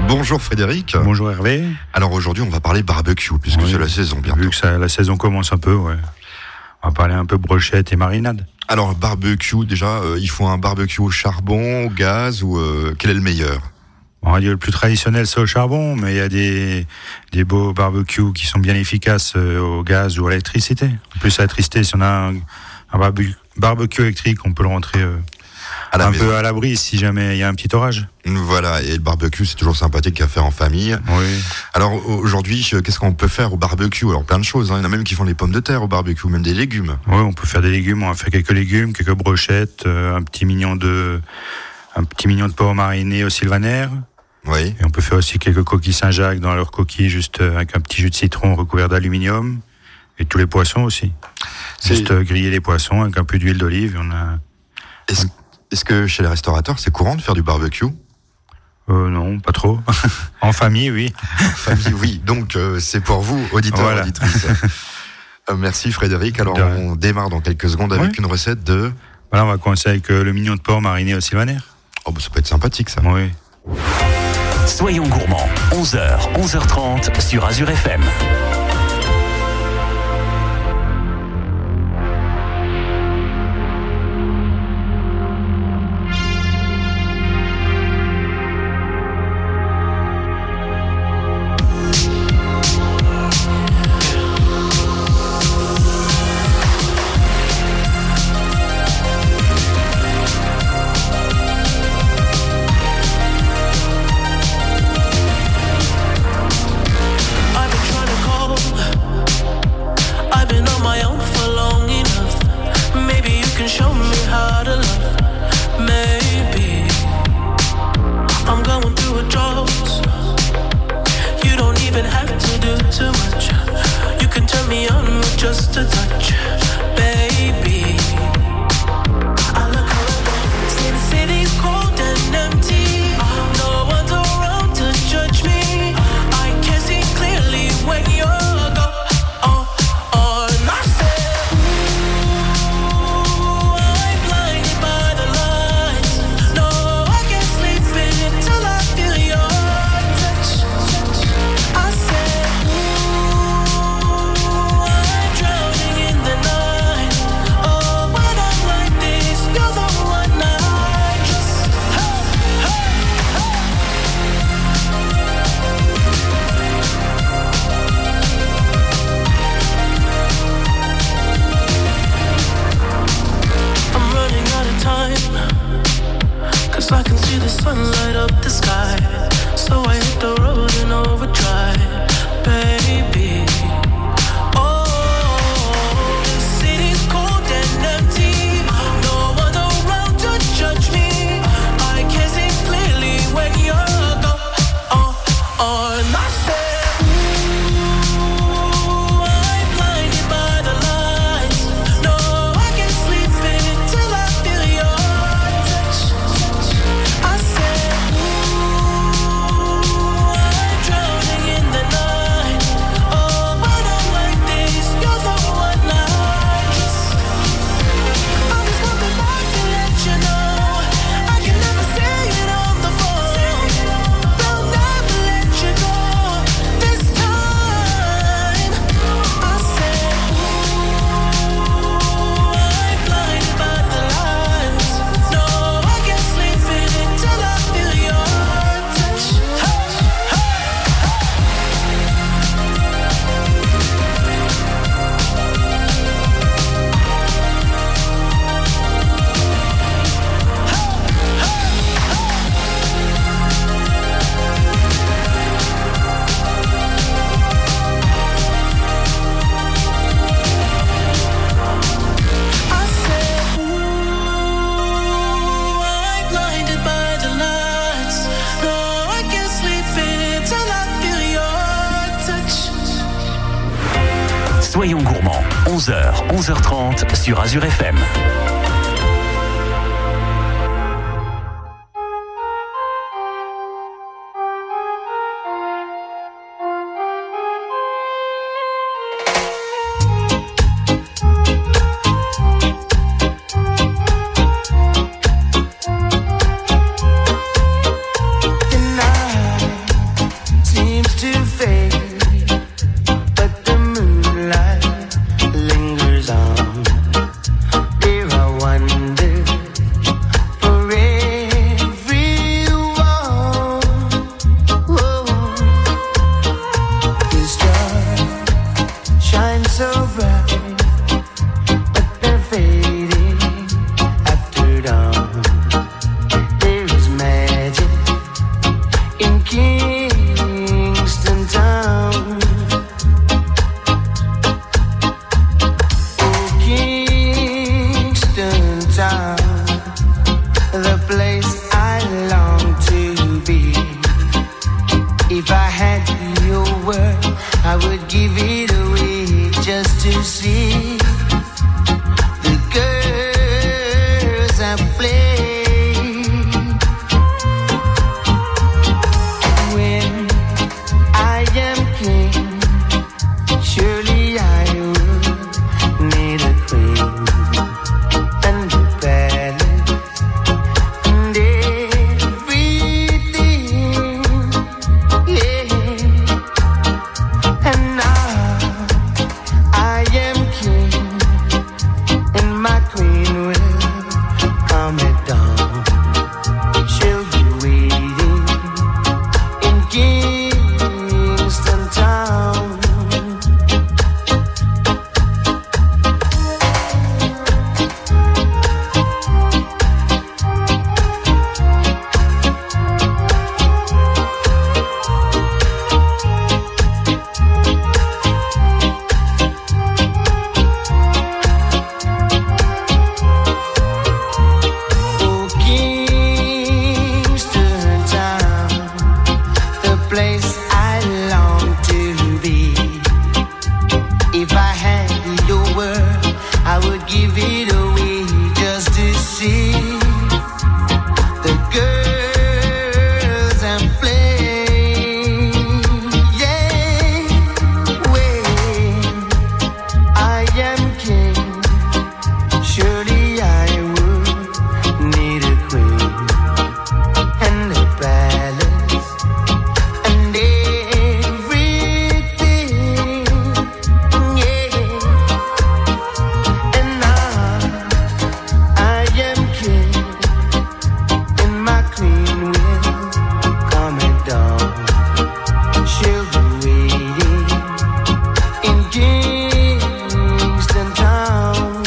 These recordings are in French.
Bonjour Frédéric. Bonjour Hervé. Alors aujourd'hui, on va parler barbecue, puisque c'est la saison bientôt. Vu que la saison commence un peu, ouais. On va parler un peu brochette et marinade. Alors barbecue, déjà, il faut un barbecue au charbon, au gaz, ou quel est le meilleur ? On va dire le plus traditionnel, c'est au charbon, mais il y a des beaux barbecues qui sont bien efficaces au gaz ou à l'électricité. En plus, à l'électricité, si on a un barbecue électrique, on peut le rentrer un peu à l'abri si jamais il y a un petit orage. Voilà, et le barbecue, c'est toujours sympathique à faire en famille. Oui. Alors aujourd'hui, qu'est-ce qu'on peut faire au barbecue ? Alors plein de choses, hein. Il y en a même qui font les pommes de terre au barbecue, même des légumes. Oui, on peut faire des légumes, on va faire quelques légumes, quelques brochettes, un petit mignon de porc mariné au sylvaner. Oui. Et on peut faire aussi quelques coquilles Saint-Jacques dans leurs coquilles, juste avec un petit jus de citron recouvert d'aluminium. Et tous les poissons aussi. Juste griller les poissons avec un peu d'huile d'olive. Est-ce que chez les restaurateurs, c'est courant de faire du barbecue ? Non, pas trop. En famille, oui. En famille, oui. Donc, c'est pour vous, auditeurs, auditrices. Merci Frédéric. Alors, on démarre dans quelques secondes avec une recette de... Voilà, on va commencer avec le mignon de porc mariné au sylvaner. Oh, bah, ça peut être sympathique, ça. Oui. Soyons gourmands. 11h, 11h30 sur Azure FM. Soyons gourmands. 11h, 11h30 sur Azure FM. Kingston town. Oh, Kingston town, the place I long to be. If I had your word, I would give it away just to see the girls I play. When I am king, surely I will need a queen and a palace and everything, yeah. And now I am king, and my queen will calm it down. She'll be waiting in Kingston town. Oh, Kingston town, the place I long to be. If I had your word, I would give it away just to see the girls and play. Yeah, when I am king, surely I would need a queen and a palace and everything, yeah. And now I am king, and my queen will calm it down. She'll be waiting in Kingston town.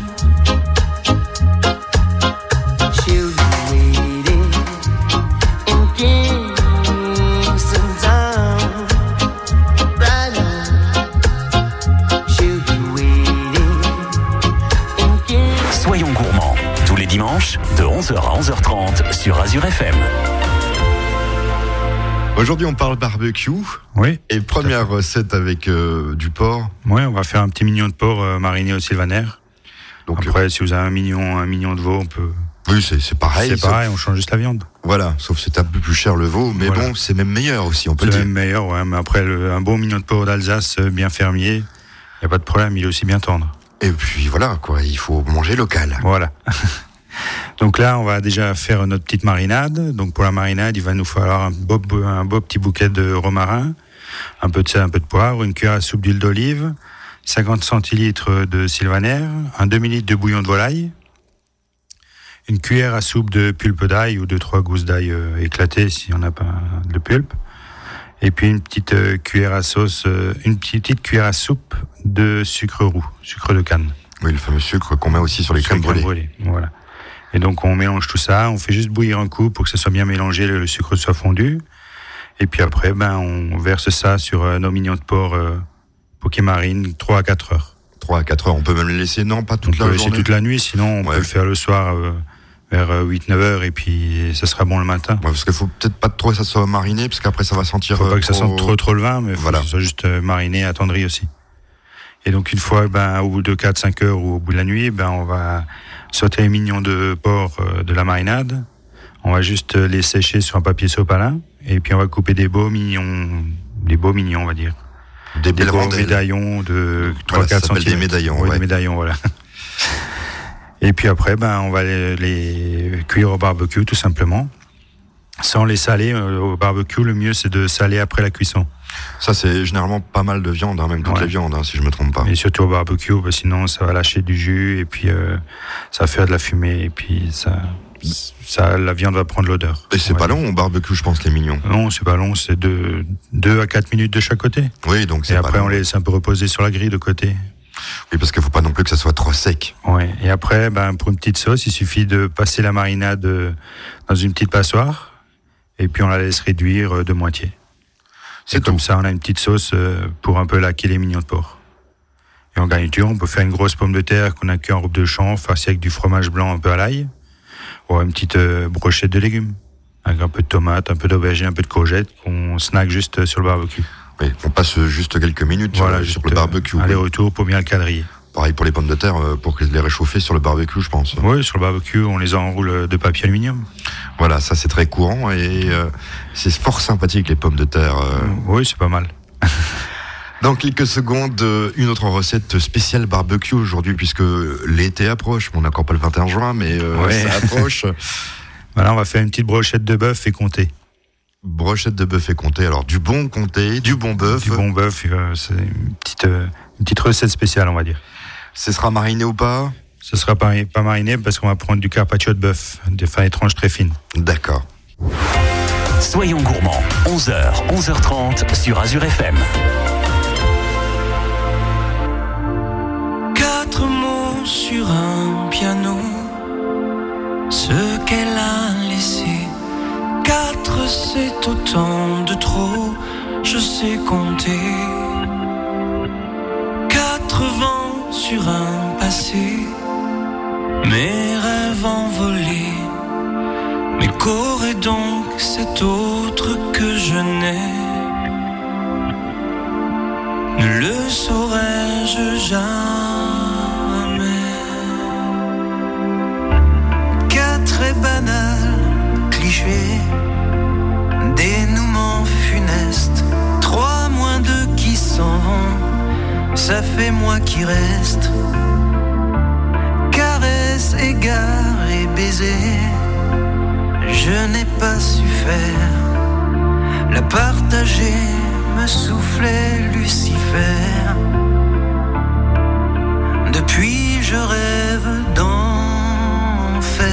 She'll be waiting in Kingston town. Right on. She'll be waiting in Kingston. Soyons gourmands, tous les dimanches, de 11h à 11h30 sur Azure FM. Aujourd'hui, on parle barbecue. Oui. Et première recette avec du porc. Oui, on va faire un petit mignon de porc mariné au sylvaner. Donc, Après, si vous avez un mignon de veau, on peut. oui, c'est pareil. C'est pareil, on change juste la viande. Voilà, sauf que c'est un peu plus cher le veau, mais Voilà. bon, c'est même meilleur aussi, on peut C'est le même dire. meilleur, ouais. Mais après, un bon mignon de porc d'Alsace, bien fermier, il n'y a pas de problème, il est aussi bien tendre. Et puis voilà, quoi, il faut manger local. Voilà. Donc là, on va déjà faire notre petite marinade. Donc pour la marinade, il va nous falloir un beau petit bouquet de romarin, un peu de sel, un peu de poivre, une cuillère à soupe d'huile d'olive, 50 centilitres de sylvaner, un demi-litre de bouillon de volaille, une cuillère à soupe de pulpe d'ail ou 2-3 gousses d'ail éclatées si on n'a pas de pulpe, et puis une petite cuillère à sauce, une petite cuillère à soupe de sucre roux, sucre de canne. Oui, le fameux sucre qu'on met aussi sur les crèmes brûlées. Voilà. Et donc on mélange tout ça, on fait juste bouillir un coup pour que ça soit bien mélangé, le sucre soit fondu. Et puis après, on verse ça sur nos mignons de porc pour qu'ils marinent 3 à 4 heures. 3 à 4 heures, on peut même les laisser, non, pas toute On la peut laisser journée. toute la nuit, sinon on peut le faire le soir vers 8-9 heures et puis ça sera bon le matin. Ouais, parce qu'il faut peut-être pas trop que ça soit mariné, parce qu'après ça va sentir. Faut pas que ça sente trop le vin, mais faut voilà. que ça soit juste mariné, attendri aussi. Et donc une fois, au bout de 4-5 heures ou au bout de la nuit, on va sauter les mignons de porc de la marinade. On va juste les sécher sur un papier sopalin. Et puis on va couper des beaux mignons, on va dire. Des beaux médaillons de 3-4 cm. Des médaillons, oui, des médaillons, voilà. Et puis après, on va les cuire au barbecue, tout simplement. Sans les saler au barbecue, le mieux c'est de saler après la cuisson. Ça, c'est généralement pas mal de viande, même toutes les viandes, si je me trompe pas. Et surtout au barbecue, sinon ça va lâcher du jus et puis ça va faire de la fumée et puis la viande va prendre l'odeur. Et c'est pas long au barbecue, je pense, les mignons. Non, c'est pas long, c'est de 2 à 4 minutes de chaque côté. Oui, donc c'est et pas après long. on les laisse un peu reposer sur la grille de côté. Oui, parce qu'il faut pas non plus que ça soit trop sec. Ouais. Et après, pour une petite sauce, il suffit de passer la marinade dans une petite passoire. et puis on la laisse réduire de moitié. C'est comme ça, on a une petite sauce pour un peu laquer les mignons de porc. Et en garniture, on peut faire une grosse pomme de terre qu'on a cuit en robe de champ, farcie avec du fromage blanc un peu à l'ail, ou une petite brochette de légumes, avec un peu de tomate, un peu d'aubergine, un peu de courgette, qu'on snack juste sur le barbecue. Oui, on passe juste quelques minutes sur le barbecue. Aller-retour pour bien le quadriller. Pareil pour les pommes de terre, pour les réchauffer sur le barbecue, je pense. Oui, sur le barbecue, on les enroule de papier aluminium. Voilà, ça c'est très courant et c'est fort sympathique les pommes de terre. Oui, c'est pas mal. Dans quelques secondes, une autre recette spéciale barbecue aujourd'hui, puisque l'été approche. On n'a encore pas le 21 juin, mais ça approche. Voilà, on va faire une petite brochette de bœuf et comté. Brochette de bœuf et comté. Alors, du bon comté, du bon bœuf. Du bon bœuf, c'est une petite recette spéciale, on va dire. Ce sera mariné ou pas ? Ce sera pas mariné parce qu'on va prendre du carpaccio de bœuf, de fin étrange très fine. D'accord. Soyons gourmands, 11h, 11h30 sur Azure FM. 4 mots sur un piano, ce qu'elle a laissé. 4 c'est autant de trop, je sais compter. 80 sur un passé, mes rêves envolés. Mais qu'aurait donc cet autre que je n'ai? Ne le saurais-je jamais. 4 est banal, cliché, dénouement funeste. 3 moins 2 qui s'en vont, ça fait moi qui reste. Caresse, égard et baiser, je n'ai pas su faire. La partager me soufflait Lucifer. Depuis je rêve d'enfer.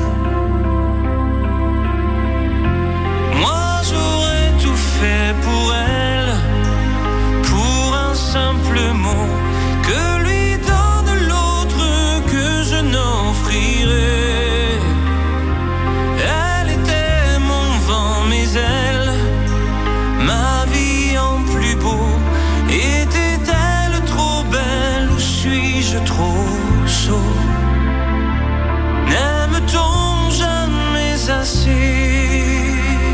Moi j'aurais tout fait pour elle, pour un simple mot que lui donne l'autre que je n'offrirai. Elle était mon vent, mes ailes, ma vie en plus beau. Était-elle trop belle ou suis-je trop sot? N'aime-t-on jamais assez?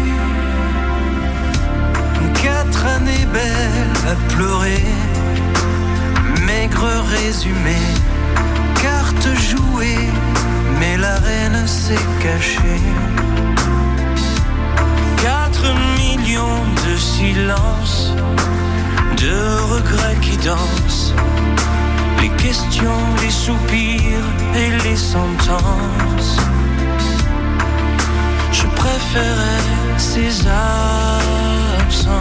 4 années belles à pleurer, maigre résumé, carte jouée, mais la reine s'est cachée. 4 millions de silences, de regrets qui dansent, les questions, les soupirs et les sentences. Je préférais ces absences.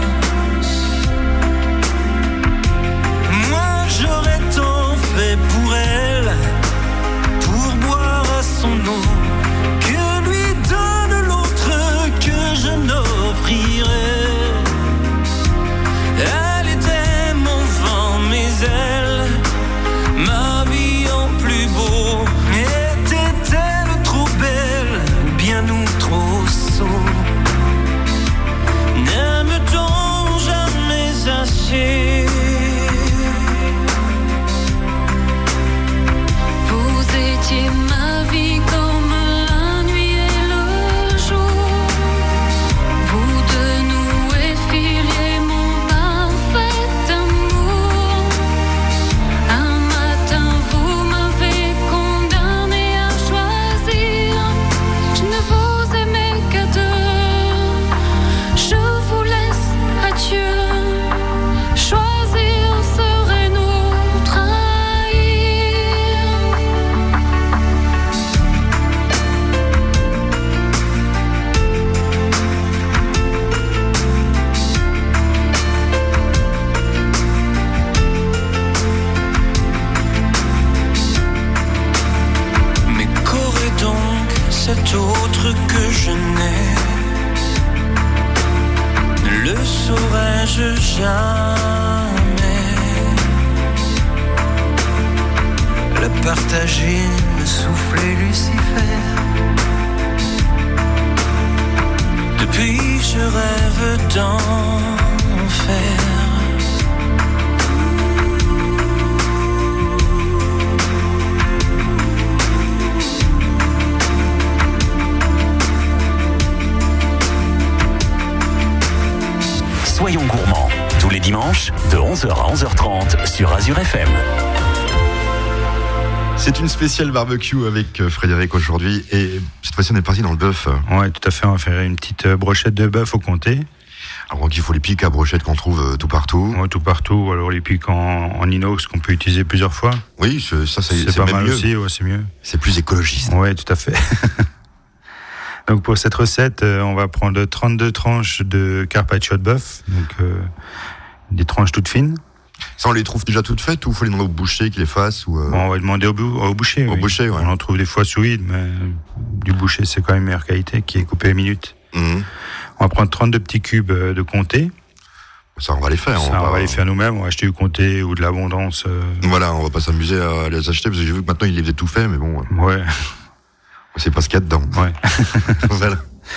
Moi j'aurais tant fait pour elle, pour boire à son eau, que lui donne l'autre que je n'offrirai. Elle était mon vent, mes ailes, ma vie en plus beau. Était-elle trop belle, bien ou trop sot? N'aime-t-on jamais assez? Vous étiez ma vie comme la nuit et le jour. Vous deux noués filiez mon parfait amour. Un matin vous m'avez condamné à choisir. Je ne vous aimais qu'à deux. Je vous laisse à Dieu. Choisir serait nous trahir. Mais qu'aurait donc cet autre que je n'ai? Ne le saurais-je jamais? La partager me soufflait Lucifer. Depuis je rêve d'enfer. Soyons gourmands, tous les dimanches, de 11h à 11h30 sur Azure FM. C'est une spéciale barbecue avec Frédéric aujourd'hui et cette fois-ci on est parti dans le bœuf. Ouais, tout à fait, on va faire une petite brochette de bœuf au comté. Alors il faut les pics à brochette qu'on trouve tout partout. Ouais, tout partout, alors les pics en inox qu'on peut utiliser plusieurs fois. Oui, c'est pas même mal mieux. aussi, ouais, c'est mieux. C'est plus écologiste. Ouais, tout à fait. Donc pour cette recette, on va prendre 32 tranches de carpaccio de bœuf, donc des tranches toutes fines. Ça, on les trouve déjà toutes faites ou il faut les demander au boucher qu'il les fasse ou Bon, on va demander au boucher. Au boucher, ouais. On en trouve des fois sous vide, mais du boucher, c'est quand même meilleure qualité, qui est coupé à minute. Mhm. On va prendre 32 petits cubes de comté. Ça, on va les faire. Ça, on va les faire nous-mêmes. On va acheter du comté ou de l'abondance. Voilà, on va pas s'amuser à les acheter parce que j'ai vu que maintenant ils les faisaient tout fait, mais bon, Ouais. on sait pas ce qu'il y a dedans. Ouais. Voilà.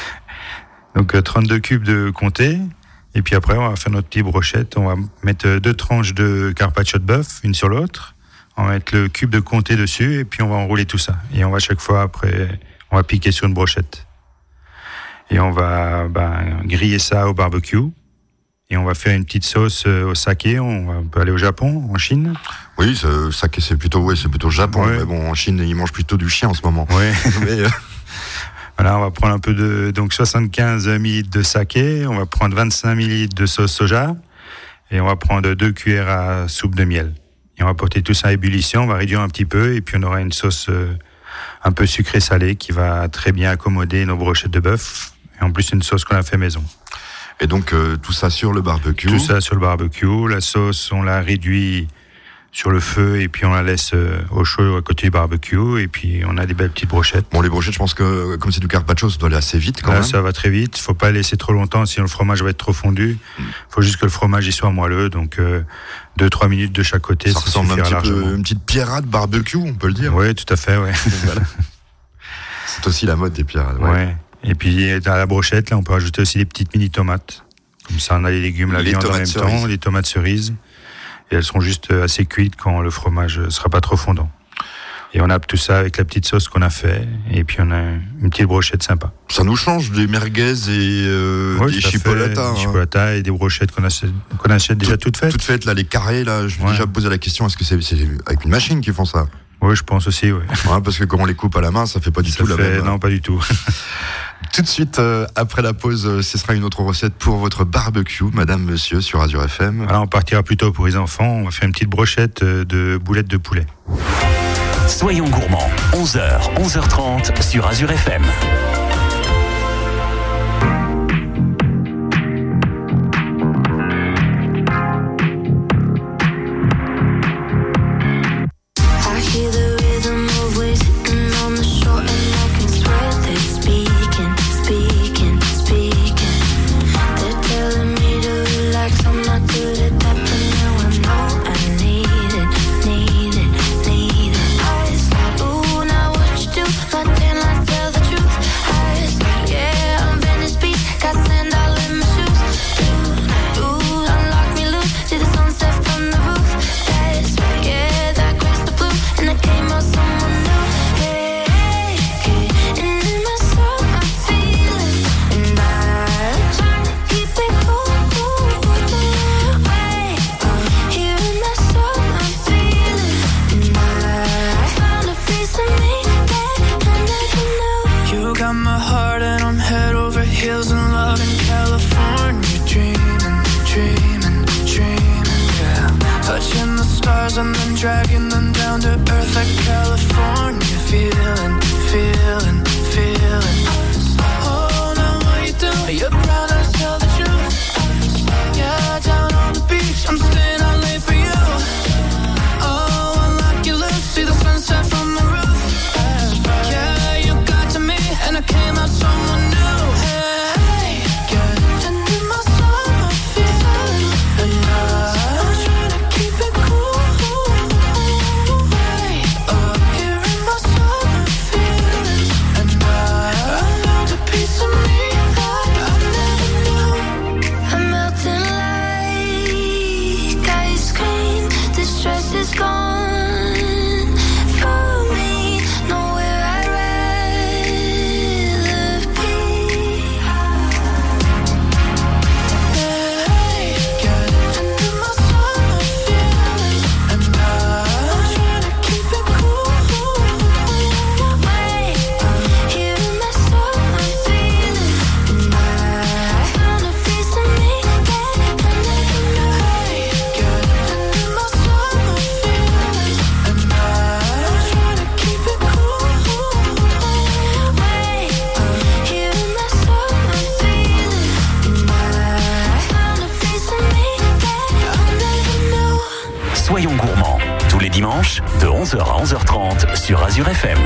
Donc 32 cubes de comté. Et puis après, on va faire notre petite brochette. On va mettre 2 tranches de carpaccio de bœuf, une sur l'autre. On va mettre le cube de comté dessus et puis on va enrouler tout ça. Et on va chaque fois après, on va piquer sur une brochette. Et on va griller ça au barbecue. Et on va faire une petite sauce au saké. On peut aller au Japon, en Chine. Oui, ça c'est plutôt Japon. Ouais. Mais bon, en Chine, ils mangent plutôt du chien en ce moment. Ouais. Mais, Voilà, on va prendre un peu donc 75 ml de saké. On va prendre 25 ml de sauce soja. Et on va prendre 2 cuillères à soupe de miel. Et on va porter tout ça à ébullition. On va réduire un petit peu. Et puis on aura une sauce un peu sucrée-salée qui va très bien accommoder nos brochettes de bœuf. Et en plus, une sauce qu'on a fait maison. et donc, tout ça sur le barbecue. Tout ça sur le barbecue. La sauce, on la réduit sur le feu et puis on la laisse au chaud à côté du barbecue. Et puis on a des belles petites brochettes. Bon, les brochettes, je pense que comme c'est du carpaccio, ça doit aller assez vite quand Là, même. ça va très vite. Faut pas laisser trop longtemps, sinon le fromage va être trop fondu. Faut juste que le fromage y soit moelleux. Donc 2-3 minutes de chaque côté, Ça ressemble un suffira petit peu largement. une petite pierrade barbecue, on peut le dire. Oui, tout à fait, ouais. Voilà. C'est aussi la mode des pierrades. Ouais. Et puis dans la brochette, là, on peut rajouter aussi des petites mini tomates. Comme ça, on a les légumes, la Les viande en tomates même cerises. temps, les tomates cerises. Et elles seront juste assez cuites quand le fromage sera pas trop fondant. Et on a tout ça avec la petite sauce qu'on a fait. Et puis on a une petite brochette sympa. Ça nous change des merguez et Ouais, des tout à fait. chipolatas. Des chipolatas et des brochettes qu'on achète déjà toutes faites. Toutes faites, là, les carrés, là, je me Ouais. déjà posé la question, est-ce que c'est avec une machine qu'ils font ça? Oui, je pense aussi, oui. Ouais, parce que quand on les coupe à la main, ça fait pas du tout la même. Non, pas du tout. Tout de suite, après la pause, ce sera une autre recette pour votre barbecue, madame, monsieur, sur Azure FM. Voilà, on partira plutôt pour les enfants. On va faire une petite brochette de boulettes de poulet. Soyons gourmands, 11h, 11h30 sur Azure FM. I hear the rhythm of waves hitting on the shore, and I can swear they're speaking. They're telling me to relax, I'm not good at that, but now I know I need it. I said, ooh, now what you do? Nothing, I tell the truth. I said, yeah, I'm Venice Beach, got sand all in my shoes. Ooh, unlock me loose, see the sunset from the roof. That's right, yeah, that crystal blue, and I came out someone new. Hey, and in my soul I feel it, and I'm trying to keep it cool. Way up here in my soul I feel it, and I found a piece of me that I never knew. You got my heart and I'm head over heels in love in California, dreaming, yeah. Touching the stars and then dragging them down to earth like California, feeling. Oh, now what you do? You're proud to tell the truth. Yeah, down on the beach, I'm staying out late for you. Oh, unlock your loose, see the sunset from the roof. Yeah, you got to me, and I came out someone new. Hey, yeah. And in my soul I feel it, and I'm trying to keep it cool. Way up here in my soul I feel it, and I dimanches, de 11h à 11h30 sur Azure FM.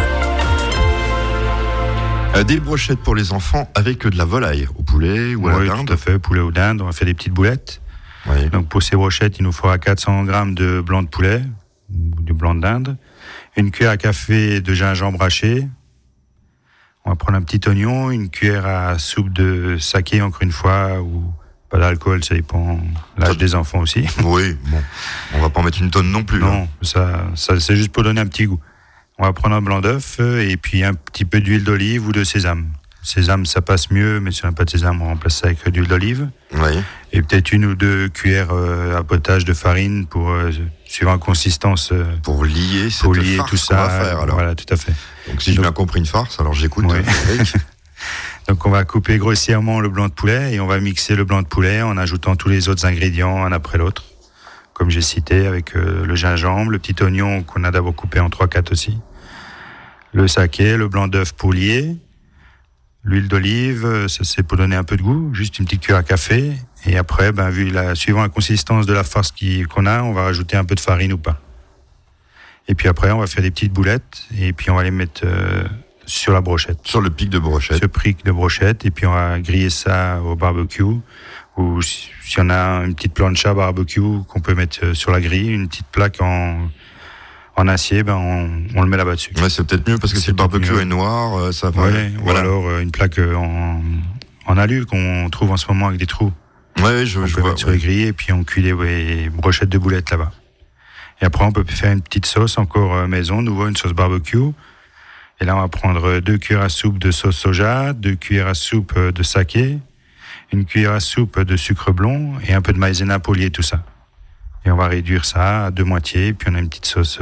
Des brochettes pour les enfants avec de la volaille, au poulet ou à la dinde. Oui, tout à fait, poulet ou dinde. On va faire des petites boulettes. Oui. Donc pour ces brochettes, il nous faudra 400 grammes de blanc de poulet ou de blanc de dinde, une cuillère à café de gingembre haché. On va prendre un petit oignon, une cuillère à soupe de saké, encore une fois, ou pas d'alcool, ça dépend de l'âge des enfants aussi. Oui, bon, on va pas en mettre une tonne non plus. Non, ça c'est juste pour donner un petit goût. On va prendre un blanc d'œuf et puis un petit peu d'huile d'olive ou de sésame. Sésame, ça passe mieux, mais si on n'a pas de sésame, on remplace ça avec de l'huile d'olive. Oui. Et peut-être 1 ou 2 cuillères à potage de farine pour suivant la consistance. Pour lier cette pour lier farce tout ça. qu'on va faire, alors. Voilà, tout à fait. Donc si j'ai bien compris une farce, alors j'écoute. Oui. Eric. Donc on va couper grossièrement le blanc de poulet et on va mixer le blanc de poulet en ajoutant tous les autres ingrédients un après l'autre, comme j'ai cité, avec le gingembre, le petit oignon qu'on a d'abord coupé en 3-4 aussi, le saké, le blanc d'œuf pour lier, l'huile d'olive, ça c'est pour donner un peu de goût, juste une petite cuillère à café. Et après, suivant la consistance de la farce qu'on a, on va rajouter un peu de farine ou pas. Et puis après, on va faire des petites boulettes et puis on va les mettre sur la brochette. Sur le pic de brochette. Ce pic de brochette. Et puis on va griller ça au barbecue. Ou si on a une petite plancha barbecue qu'on peut mettre sur la grille, une petite plaque en acier, on le met là-bas dessus. Ouais, c'est peut-être mieux parce que si le barbecue est noir, ça va. Ouais, voilà. Ou alors une plaque en alu qu'on trouve en ce moment avec des trous. Ouais, je peut vois. mettre sur les grilles et puis on cuit les brochettes de boulettes là-bas. Et après, on peut faire une petite sauce encore maison, nouveau une sauce barbecue. Et là, on va prendre 2 cuillères à soupe de sauce soja, 2 cuillères à soupe de saké, une cuillère à soupe de sucre blond et un peu de maïzena pour lier tout ça. Et on va réduire ça à 2 moitiés, et puis on a une petite sauce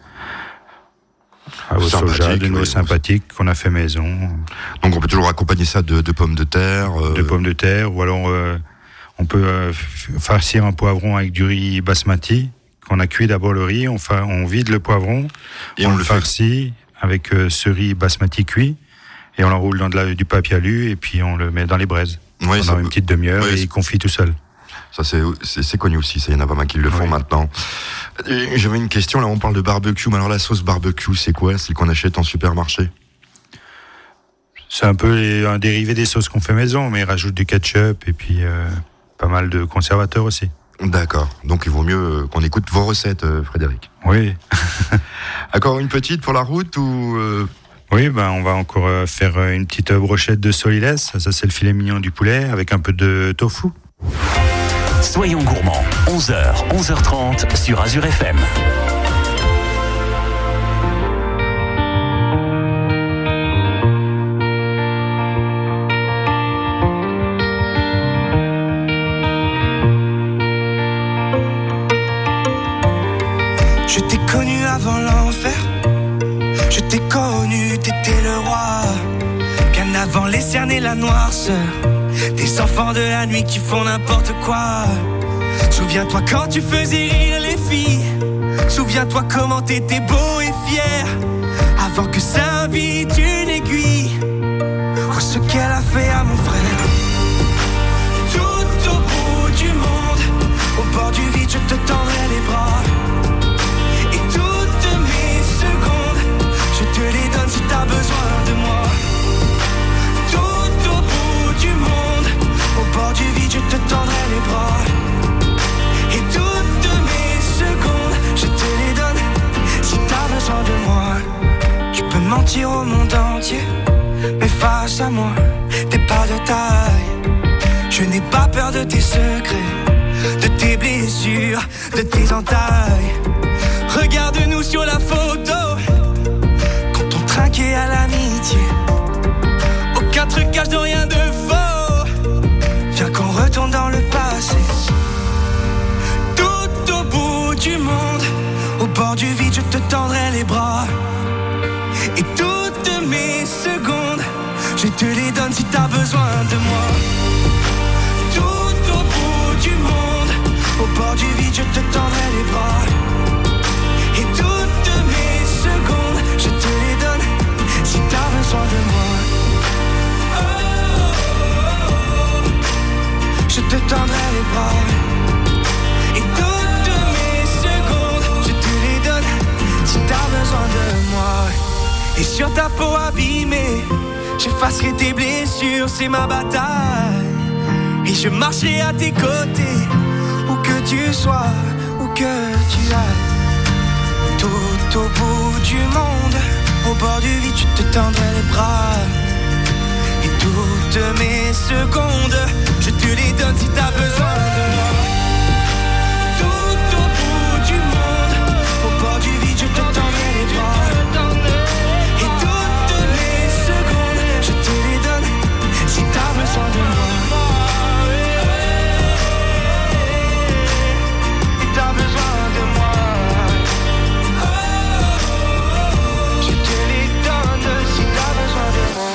au soja, de nouveau sympathique, qu'on a fait maison. Donc on peut toujours accompagner ça de pommes de terre. De pommes de terre, ou alors on peut farcir un poivron avec du riz basmati, qu'on a cuit d'abord le riz, on vide le poivron, et on le farcit avec ce riz basmati cuit, et on l'enroule dans du papier alu, et puis on le met dans les braises pendant une petite demi-heure, et il confit tout seul. Ça, c'est connu aussi, ça, il y en a pas mal qui le font maintenant. Et j'avais une question, là, on parle de barbecue, mais alors la sauce barbecue, c'est quoi? Celle qu'on achète en supermarché? C'est un peu un dérivé des sauces qu'on fait maison, mais il rajoute du ketchup, et puis pas mal de conservateurs aussi. D'accord, donc il vaut mieux qu'on écoute vos recettes, Frédéric. Oui. Encore une petite pour la route ou Oui, on va encore faire une petite brochette de solides, ça c'est le filet mignon du poulet, avec un peu de tofu. Soyons gourmands, 11h, 11h30 sur Azure FM. Je t'ai connu avant l'enfer, je t'ai connu, t'étais le roi. Bien avant les cernes et la noirceur, des enfants de la nuit qui font n'importe quoi. Souviens-toi quand tu faisais rire les filles, souviens-toi comment t'étais beau et fier, avant que ça invite une aiguille. Oh, ce qu'elle a fait à mon frère. Tout au bout du monde, au bord du vide, je te tendrai les bras. Et toutes mes secondes, je te les donne si t'as besoin de moi. Tout au bout du monde, au bord du vide, je te tendrai les bras. Et toutes mes secondes, je te les donne si t'as besoin de moi. Tu peux mentir au monde entier, mais face à moi, t'es pas de taille. Je n'ai pas peur de tes secrets, de tes blessures, de tes entailles. Regarde-nous sur la photo, quand on trinquait à l'amitié. Aucun trucage de rien de faux. Viens qu'on retourne dans le passé. Tout au bout du monde, au bord du vide, je te tendrai les bras. Et toutes mes secondes, je te les donne si t'as besoin de moi. Tout au bout du monde, au bord du vide, je te tendrai les bras. Et toutes mes secondes, je te les donne si t'as besoin de moi. Oh, oh, oh, oh. Je te tendrai les bras. Et toutes mes secondes, je te les donne besoin de moi. Et sur ta peau abîmée, j'effacerai tes blessures, c'est ma bataille. Et je marcherai à tes côtés, où que tu sois, où que tu ailles. Tout au bout du monde, au bord du vide, je te tendrai les bras. Et toutes mes secondes, je te les donne si t'as besoin de moi. Tout au bout du monde, au bord du vide, je te tendrai les bras. Et toutes mes secondes, je te les donne si t'as besoin de moi. Si t'as besoin de moi, je te les donne si t'as besoin de moi.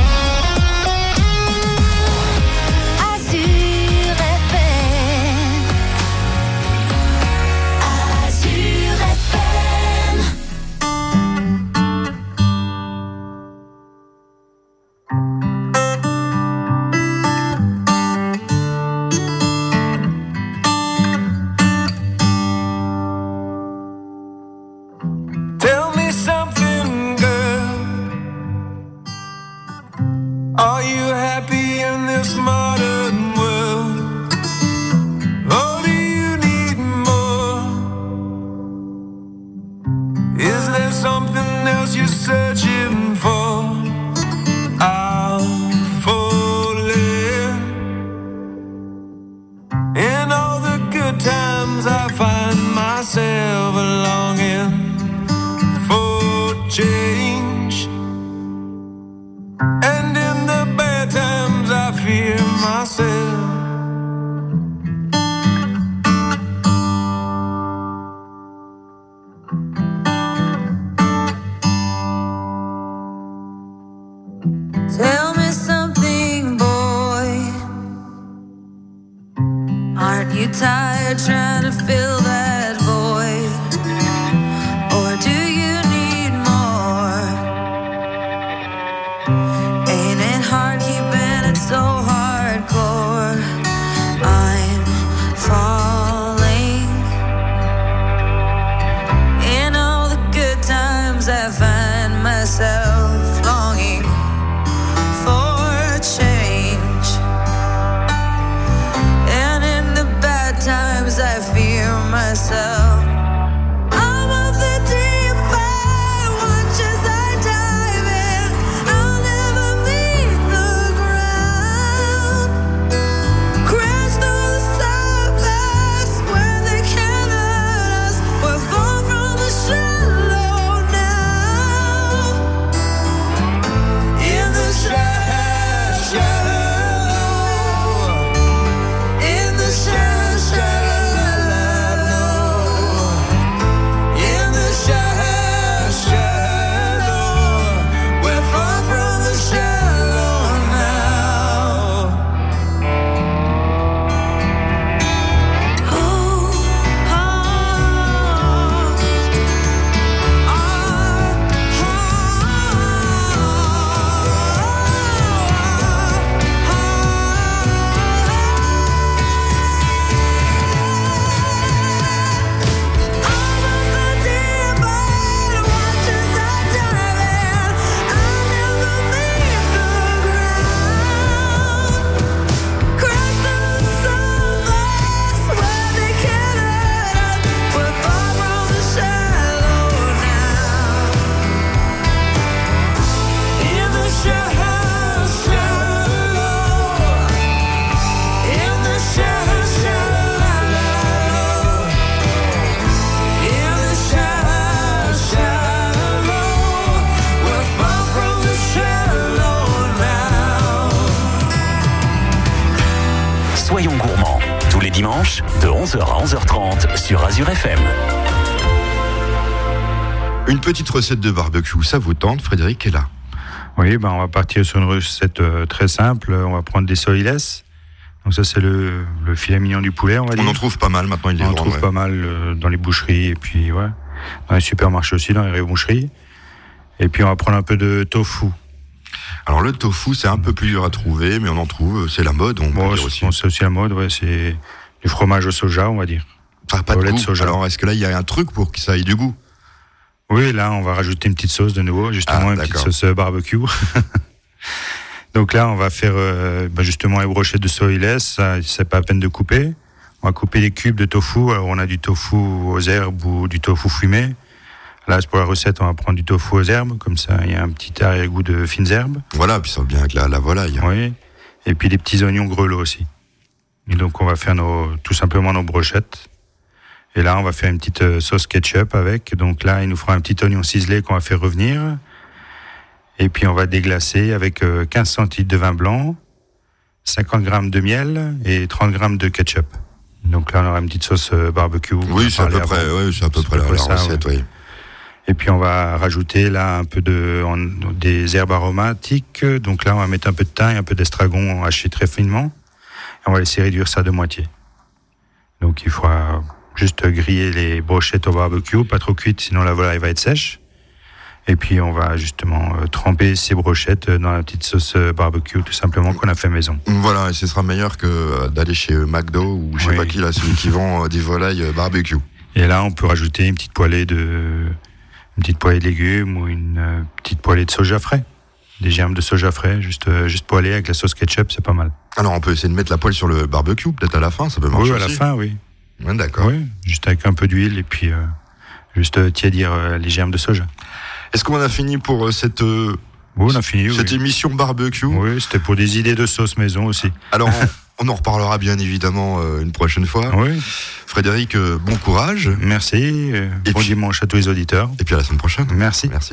Soyons gourmands, tous les dimanches, de 11h à 11h30 sur Azure FM. Une petite recette de barbecue, ça vous tente? Frédéric est là. Oui, on va partir sur une recette très simple. On va prendre des soiless. Donc ça, c'est le filet mignon du poulet, on va dire. On en trouve pas mal maintenant, on en trouve pas mal dans les boucheries et puis dans les supermarchés aussi, dans les rayons boucheries. Et puis on va prendre un peu de tofu. Alors le tofu, c'est un peu plus dur à trouver, mais on en trouve, c'est la mode, on peut dire aussi. C'est aussi la mode, ouais, c'est du fromage au soja, on va dire. Ah, pas de goût. Soja. Alors est-ce que là, il y a un truc pour que ça ait du goût? Oui, là, on va rajouter une petite sauce de nouveau, justement, une petite sauce barbecue. Donc là, on va faire justement les brochettes de soleilles, ça, c'est pas à peine de couper. On va couper des cubes de tofu. Alors, on a du tofu aux herbes ou du tofu fumé. Là, pour la recette, on va prendre du tofu aux herbes, comme ça, il y a un petit arrière-goût de fines herbes. Voilà, puis ça va bien avec la volaille. Oui, et puis des petits oignons grelots aussi. Et donc, on va faire tout simplement nos brochettes. Et là, on va faire une petite sauce ketchup avec. Donc là, il nous fera un petit oignon ciselé qu'on va faire revenir. Et puis, on va déglacer avec 15 centilitres de vin blanc, 50 grammes de miel et 30 grammes de ketchup. Donc là, on aura une petite sauce barbecue. Oui, c'est à peu près, la recette, oui. Et puis, on va rajouter là un peu des herbes aromatiques. Donc là, on va mettre un peu de thym et un peu d'estragon haché très finement. Et on va laisser réduire ça de moitié. Donc, il faudra juste griller les brochettes au barbecue, pas trop cuites, sinon la volaille va être sèche. Et puis, on va justement tremper ces brochettes dans la petite sauce barbecue, tout simplement, qu'on a fait maison. Voilà, et ce sera meilleur que d'aller chez McDo ou je sais pas qui, là, celui qui vend des volailles barbecue. Et là, on peut rajouter une petite poêlée de légumes ou une petite poêlée de soja frais. Des germes de soja frais, juste poêlés avec la sauce ketchup, c'est pas mal. Alors, on peut essayer de mettre la poêle sur le barbecue, peut-être à la fin, ça peut marcher aussi. Oui, à la fin, oui. Ouais, d'accord. Oui, juste avec un peu d'huile et puis juste tiédir les germes de soja. Est-ce qu'on a fini pour cette émission barbecue? Oui, c'était pour des idées de sauce maison aussi. Alors, on en reparlera bien évidemment une prochaine fois. Oui. Frédéric, bon courage. Merci. Bon dimanche à tous les auditeurs. Et puis à la semaine prochaine. Merci.